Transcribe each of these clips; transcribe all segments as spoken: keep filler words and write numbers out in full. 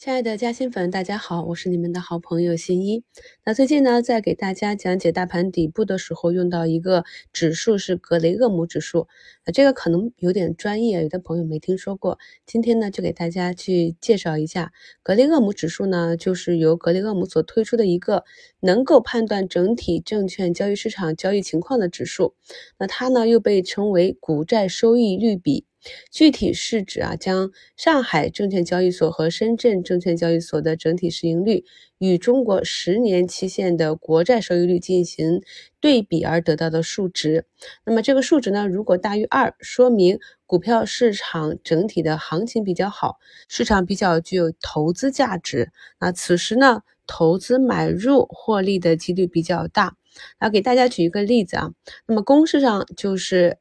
亲爱的嘉兴粉，大家好，我是你们的好朋友新一。那最近呢，在给大家讲解大盘底部的时候，用到一个指数是格雷厄姆指数。那这个可能有点专业，有的朋友没听说过。今天呢，就给大家去介绍一下格雷厄姆指数呢，就是由格雷厄姆所推出的一个能够判断整体证券交易市场交易情况的指数。那它呢，又被称为股债收益率比。具体是指啊，将上海证券交易所和深圳证券交易所的整体市盈率与中国十年期限的国债收益率进行对比而得到的数值。那么这个数值呢，如果大于二，说明股票市场整体的行情比较好，市场比较具有投资价值。那此时呢，投资买入获利的几率比较大。然后给大家举一个例子啊，那么公式上就是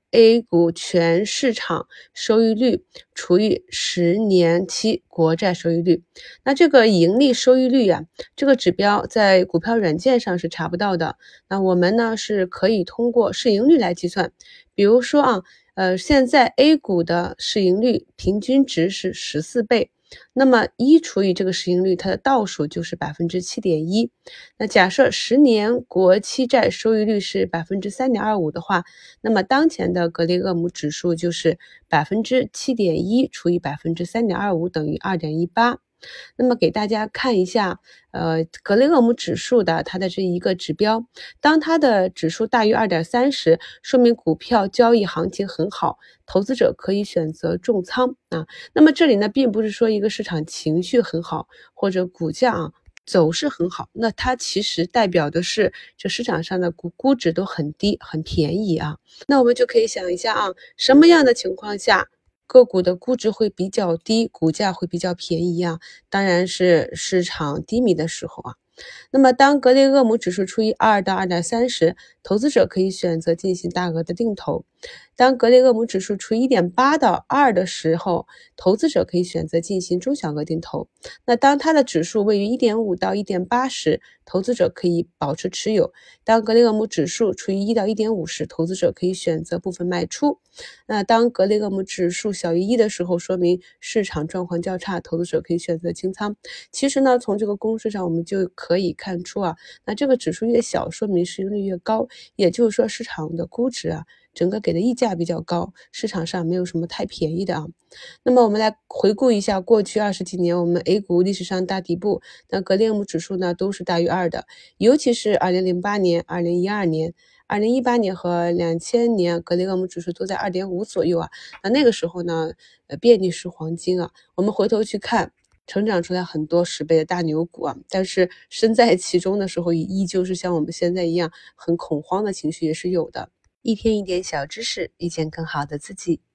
A 股全市场收益率除以十年期国债收益率。那这个盈利收益率啊，这个指标在股票软件上是查不到的。那我们呢是可以通过市盈率来计算。比如说啊，呃，现在 A 股的市盈率平均值是十四倍。那么一除以这个市盈率，它的倒数就是 百分之七点一。那假设十年国期债收益率是 百分之三点二五 的话，那么当前的格雷厄姆指数就是 百分之七点一 除以 百分之三点二五 等于 二点一八。那么给大家看一下呃，格雷厄姆指数的它的这一个指标，当它的指数大于 二点三 时，说明股票交易行情很好，投资者可以选择重仓啊。那么这里呢，并不是说一个市场情绪很好，或者股价啊走势很好，那它其实代表的是这市场上的股估值都很低，很便宜啊。那我们就可以想一下啊，什么样的情况下个股的估值会比较低，股价会比较便宜啊？当然是市场低迷的时候啊。那么当格雷厄姆指数除以二到 二点三 时，投资者可以选择进行大额的定投。当格雷厄姆指数除以 一点八 到二的时候，投资者可以选择进行中小额定投。那当它的指数位于 一点五 到 一点八 时，投资者可以保持持有。当格雷厄姆指数除以一到 一点五 时，投资者可以选择部分卖出。那当格雷厄姆指数小于一的时候，说明市场状况较差，投资者可以选择清仓。其实呢，从这个公式上我们就可以看出啊，那这个指数越小，说明市盈率越高，也就是说市场的估值啊，整个给的溢价比较高，市场上没有什么太便宜的啊。那么我们来回顾一下过去二十几年我们 A 股历史上大底部，那格雷厄姆指数呢都是大于二的，尤其是二零零八年、二零一二年、二零一八年和两千年，格雷厄姆指数都在 二点五 左右啊。那那个时候呢，呃，遍地是黄金啊。我们回头去看，成长出来很多十倍的大牛股啊，但是身在其中的时候，依旧是像我们现在一样很恐慌的情绪也是有的。一天一点小知识，遇见更好的自己。